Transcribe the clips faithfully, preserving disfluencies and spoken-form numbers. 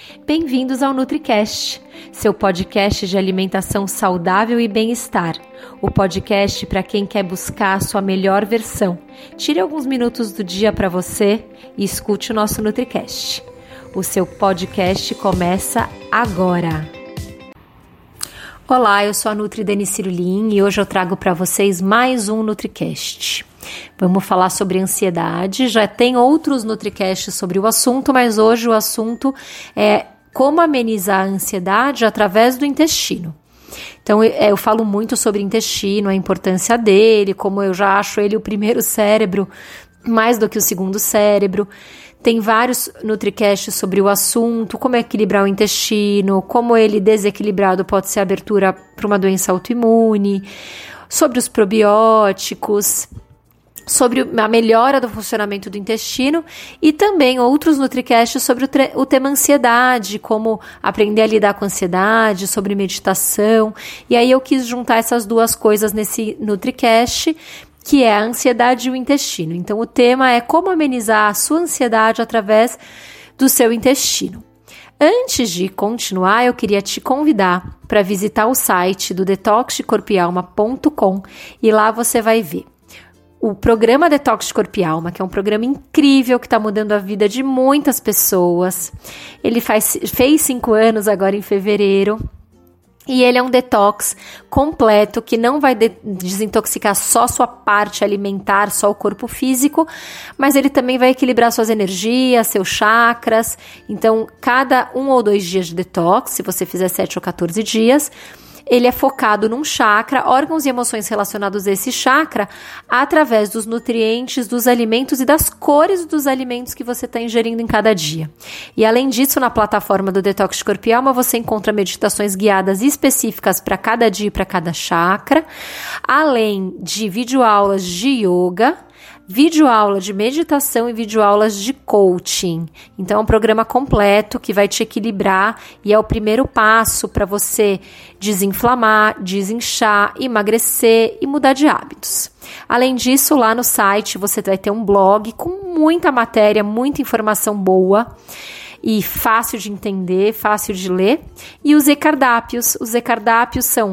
Bem-vindos ao NutriCast, seu podcast de alimentação saudável e bem-estar. O podcast para quem quer buscar a sua melhor versão. Tire alguns minutos do dia para você e escute o nosso NutriCast. O seu podcast começa agora. Olá, eu sou a Nutri Dani Cirulim e hoje eu trago para vocês mais um NutriCast. Vamos falar sobre ansiedade. Já tem outros NutriCasts sobre o assunto, mas hoje o assunto é como amenizar a ansiedade através do intestino. Então, eu, eu falo muito sobre intestino, a importância dele, como eu já acho ele o primeiro cérebro, mais do que o segundo cérebro. Tem vários NutriCasts sobre o assunto, como equilibrar o intestino, como ele desequilibrado pode ser abertura para uma doença autoimune, sobre os probióticos, sobre a melhora do funcionamento do intestino e também outros NutriCasts sobre o, tre- o tema ansiedade, como aprender a lidar com a ansiedade, sobre meditação. E aí eu quis juntar essas duas coisas nesse NutriCast, que é a ansiedade e o intestino. Então, o tema é como amenizar a sua ansiedade através do seu intestino. Antes de continuar, eu queria te convidar para visitar o site do detox de corpo e alma ponto com e lá você vai ver o programa Detox de Corpo e Alma, que é um programa incrível que está mudando a vida de muitas pessoas. Ele faz, fez cinco anos agora em fevereiro. E ele é um detox completo que não vai de- desintoxicar só sua parte alimentar, só o corpo físico, mas ele também vai equilibrar suas energias, seus chakras. Então, cada um ou dois dias de detox, se você fizer sete ou quatorze dias, ele é focado num chakra, órgãos e emoções relacionados a esse chakra, através dos nutrientes, dos alimentos e das cores dos alimentos que você está ingerindo em cada dia. E além disso, na plataforma do Detox de Corpo e Alma, você encontra meditações guiadas específicas para cada dia e para cada chakra, além de videoaulas de yoga, videoaula de meditação e videoaulas de coaching. Então, é um programa completo que vai te equilibrar e é o primeiro passo para você desinflamar, desinchar, emagrecer e mudar de hábitos. Além disso, lá no site você vai ter um blog com muita matéria, muita informação boa e fácil de entender, fácil de ler. E os e-cardápios. Os e-cardápios são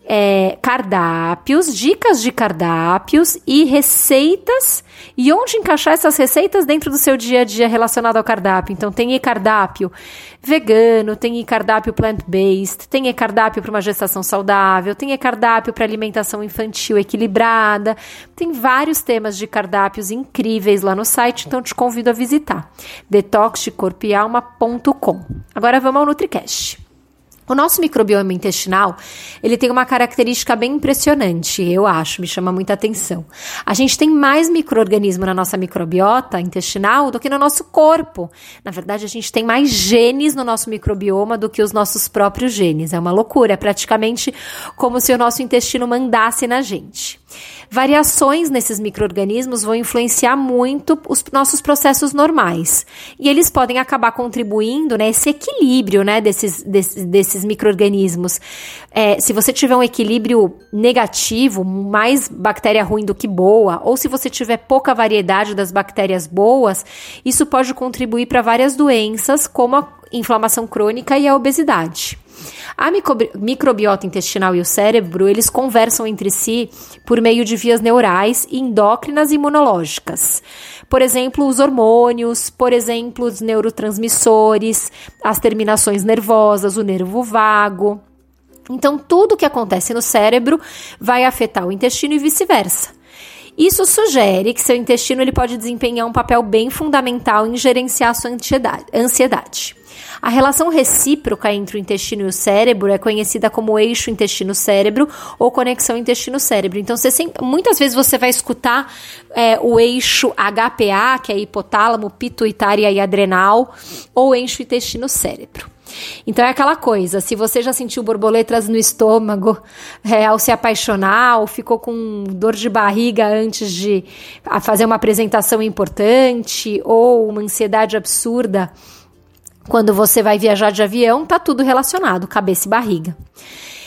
É, cardápios, dicas de cardápios e receitas e onde encaixar essas receitas dentro do seu dia a dia relacionado ao cardápio. Então tem e-cardápio vegano, tem e-cardápio plant-based, tem e-cardápio para uma gestação saudável, tem e-cardápio para alimentação infantil equilibrada, tem vários temas de cardápios incríveis lá no site, então te convido a visitar detox de corpo e alma ponto com. Agora vamos ao NutriCast. O nosso microbioma intestinal, ele tem uma característica bem impressionante, eu acho, me chama muita atenção. A gente tem mais micro-organismo na nossa microbiota intestinal do que no nosso corpo. Na verdade, a gente tem mais genes no nosso microbioma do que os nossos próprios genes. É uma loucura, é praticamente como se o nosso intestino mandasse na gente. Variações nesses micro-organismos vão influenciar muito os nossos processos normais. E eles podem acabar contribuindo, né, esse equilíbrio, né, desses, desses, desses micro-organismos. É, se você tiver um equilíbrio negativo, mais bactéria ruim do que boa, ou se você tiver pouca variedade das bactérias boas, isso pode contribuir para várias doenças, como a inflamação crônica e a obesidade. A microbi- microbiota intestinal e o cérebro, eles conversam entre si por meio de vias neurais, endócrinas e imunológicas. Por exemplo, os hormônios, por exemplo, os neurotransmissores, as terminações nervosas, o nervo vago. Então, tudo que acontece no cérebro vai afetar o intestino e vice-versa. Isso sugere que seu intestino ele pode desempenhar um papel bem fundamental em gerenciar a sua ansiedade. A relação recíproca entre o intestino e o cérebro é conhecida como eixo intestino-cérebro ou conexão intestino-cérebro. Então, você sempre, muitas vezes você vai escutar é, o eixo H P A, que é hipotálamo, pituitária e adrenal, ou eixo intestino-cérebro. Então é aquela coisa, se você já sentiu borboletas no estômago é, ao se apaixonar, ou ficou com dor de barriga antes de fazer uma apresentação importante, ou uma ansiedade absurda quando você vai viajar de avião, tá tudo relacionado, cabeça e barriga.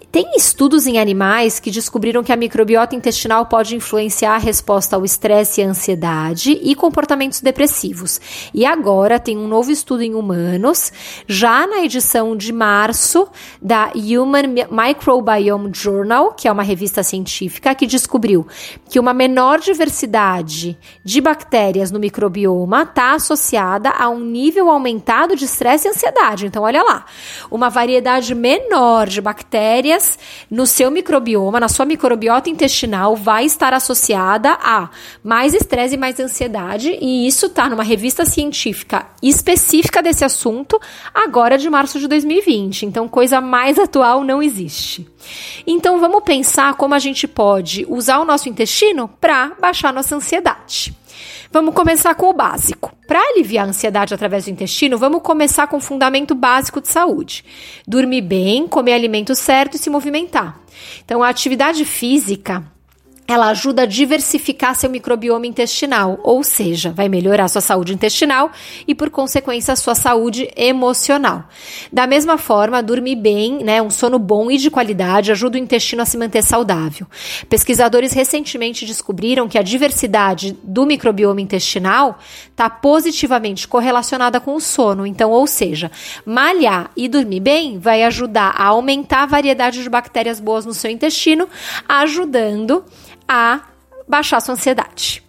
Tem estudos em animais que descobriram que a microbiota intestinal pode influenciar a resposta ao estresse e à ansiedade e comportamentos depressivos. E agora tem um novo estudo em humanos, já na edição de março da Human Microbiome Journal, que é uma revista científica, que descobriu que uma menor diversidade de bactérias no microbioma está associada a um nível aumentado de estresse e ansiedade. Então, olha lá, uma variedade menor de bactérias no seu microbioma, na sua microbiota intestinal, vai estar associada a mais estresse e mais ansiedade, e isso está numa revista científica específica desse assunto, agora de março de dois mil e vinte. Então, coisa mais atual não existe. Então, vamos pensar como a gente pode usar o nosso intestino para baixar nossa ansiedade. Vamos começar com o básico. Para aliviar a ansiedade através do intestino, vamos começar com o fundamento básico de saúde. Dormir bem, comer alimento certo e se movimentar. Então, a atividade física, ela ajuda a diversificar seu microbioma intestinal, ou seja, vai melhorar a sua saúde intestinal e, por consequência, a sua saúde emocional. Da mesma forma, dormir bem, né, um sono bom e de qualidade ajuda o intestino a se manter saudável. Pesquisadores recentemente descobriram que a diversidade do microbioma intestinal está positivamente correlacionada com o sono. Então, ou seja, malhar e dormir bem vai ajudar a aumentar a variedade de bactérias boas no seu intestino, ajudando a baixar sua ansiedade.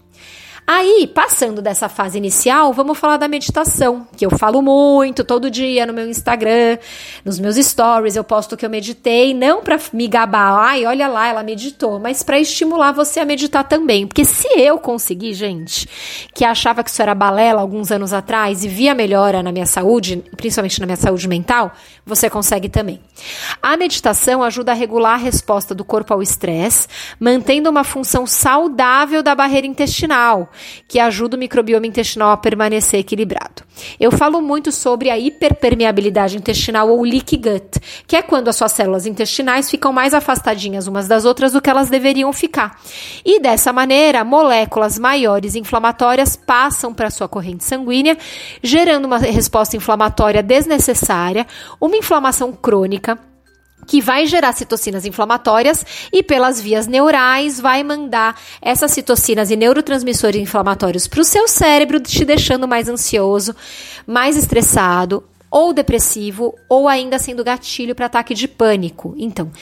Aí, passando dessa fase inicial, vamos falar da meditação, que eu falo muito todo dia no meu Instagram, nos meus stories, eu posto que eu meditei, não para me gabar, ai, olha lá, ela meditou, mas para estimular você a meditar também, porque se eu conseguir, gente, que achava que isso era balela alguns anos atrás e via melhora na minha saúde, principalmente na minha saúde mental, você consegue também. A meditação ajuda a regular a resposta do corpo ao estresse, mantendo uma função saudável da barreira intestinal, que ajuda o microbioma intestinal a permanecer equilibrado. Eu falo muito sobre a hiperpermeabilidade intestinal ou leaky gut, que é quando as suas células intestinais ficam mais afastadinhas umas das outras do que elas deveriam ficar. E dessa maneira, moléculas maiores inflamatórias passam para a sua corrente sanguínea, gerando uma resposta inflamatória desnecessária, uma inflamação crônica, que vai gerar citocinas inflamatórias e pelas vias neurais vai mandar essas citocinas e neurotransmissores inflamatórios para o seu cérebro, te deixando mais ansioso, mais estressado ou depressivo ou ainda sendo gatilho para ataque de pânico. Então,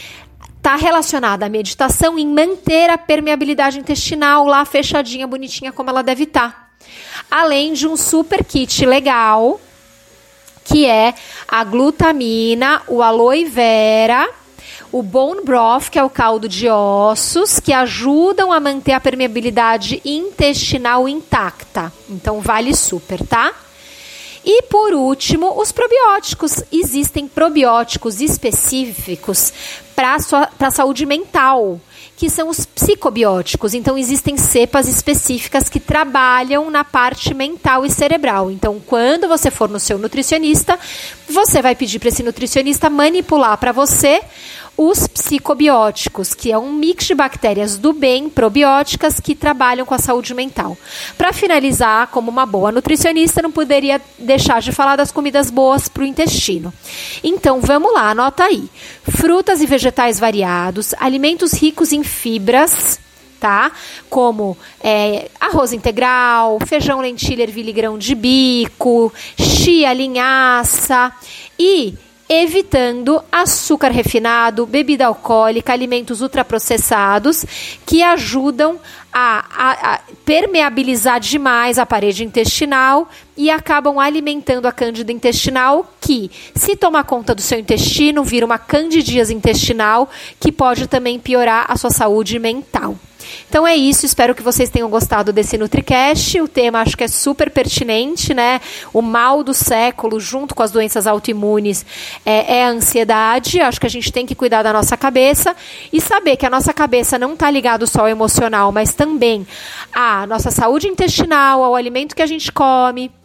está relacionada à meditação em manter a permeabilidade intestinal lá fechadinha, bonitinha como ela deve estar. Além de um super kit legal, que é a glutamina, o aloe vera, o bone broth, que é o caldo de ossos, que ajudam a manter a permeabilidade intestinal intacta. Então, vale super, tá? E, por último, os probióticos. Existem probióticos específicos para a saúde mental, que são os psicobióticos. Então, existem cepas específicas que trabalham na parte mental e cerebral. Então, quando você for no seu nutricionista, você vai pedir para esse nutricionista manipular para você os psicobióticos, que é um mix de bactérias do bem, probióticas, que trabalham com a saúde mental. Para finalizar, como uma boa nutricionista, não poderia deixar de falar das comidas boas para o intestino. Então, vamos lá, anota aí. Frutas e vegetais variados, alimentos ricos em fibras, tá? Como é, arroz integral, feijão, lentilha, ervilha e grão de bico, chia, linhaça e evitando açúcar refinado, bebida alcoólica, alimentos ultraprocessados que ajudam a, a, a permeabilizar demais a parede intestinal e acabam alimentando a cândida intestinal que, se tomar conta do seu intestino, vira uma candidíase intestinal que pode também piorar a sua saúde mental. Então é isso, espero que vocês tenham gostado desse NutriCast. O tema acho que é super pertinente, né? O mal do século, junto com as doenças autoimunes, é, é a ansiedade. Acho que a gente tem que cuidar da nossa cabeça e saber que a nossa cabeça não está ligada só ao emocional, mas também à nossa saúde intestinal, ao alimento que a gente come,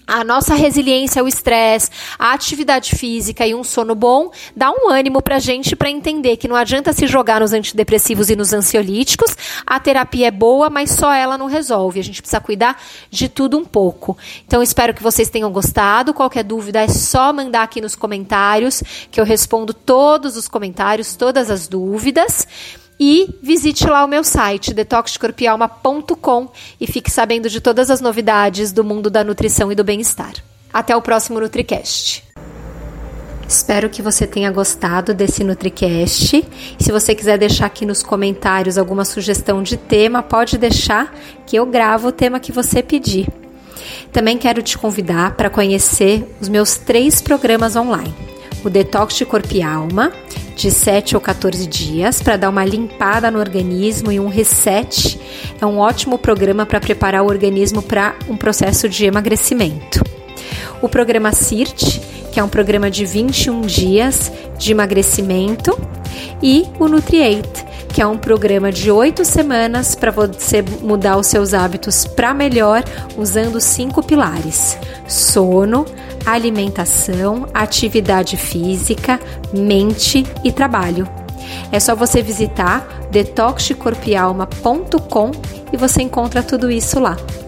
a nossa resiliência ao estresse, a atividade física e um sono bom, dá um ânimo pra gente para entender que não adianta se jogar nos antidepressivos e nos ansiolíticos, a terapia é boa, mas só ela não resolve, a gente precisa cuidar de tudo um pouco. Então, espero que vocês tenham gostado, qualquer dúvida é só mandar aqui nos comentários, que eu respondo todos os comentários, todas as dúvidas. E visite lá o meu site, detox de corpo e alma ponto com, e fique sabendo de todas as novidades do mundo da nutrição e do bem-estar. Até o próximo NutriCast. Espero que você tenha gostado desse NutriCast. Se você quiser deixar aqui nos comentários alguma sugestão de tema, pode deixar que eu gravo o tema que você pedir. Também quero te convidar para conhecer os meus três programas online. O Detox de Corpo e Alma, de sete ou quatorze dias, para dar uma limpada no organismo e um reset. É um ótimo programa para preparar o organismo para um processo de emagrecimento. O programa C I R T, que é um programa de vinte e um dias de emagrecimento. E o NutriEight, que é um programa de oito semanas para você mudar os seus hábitos para melhor, usando cinco pilares: sono, alimentação, atividade física, mente e trabalho. É só você visitar detox de corpo e alma ponto com e você encontra tudo isso lá.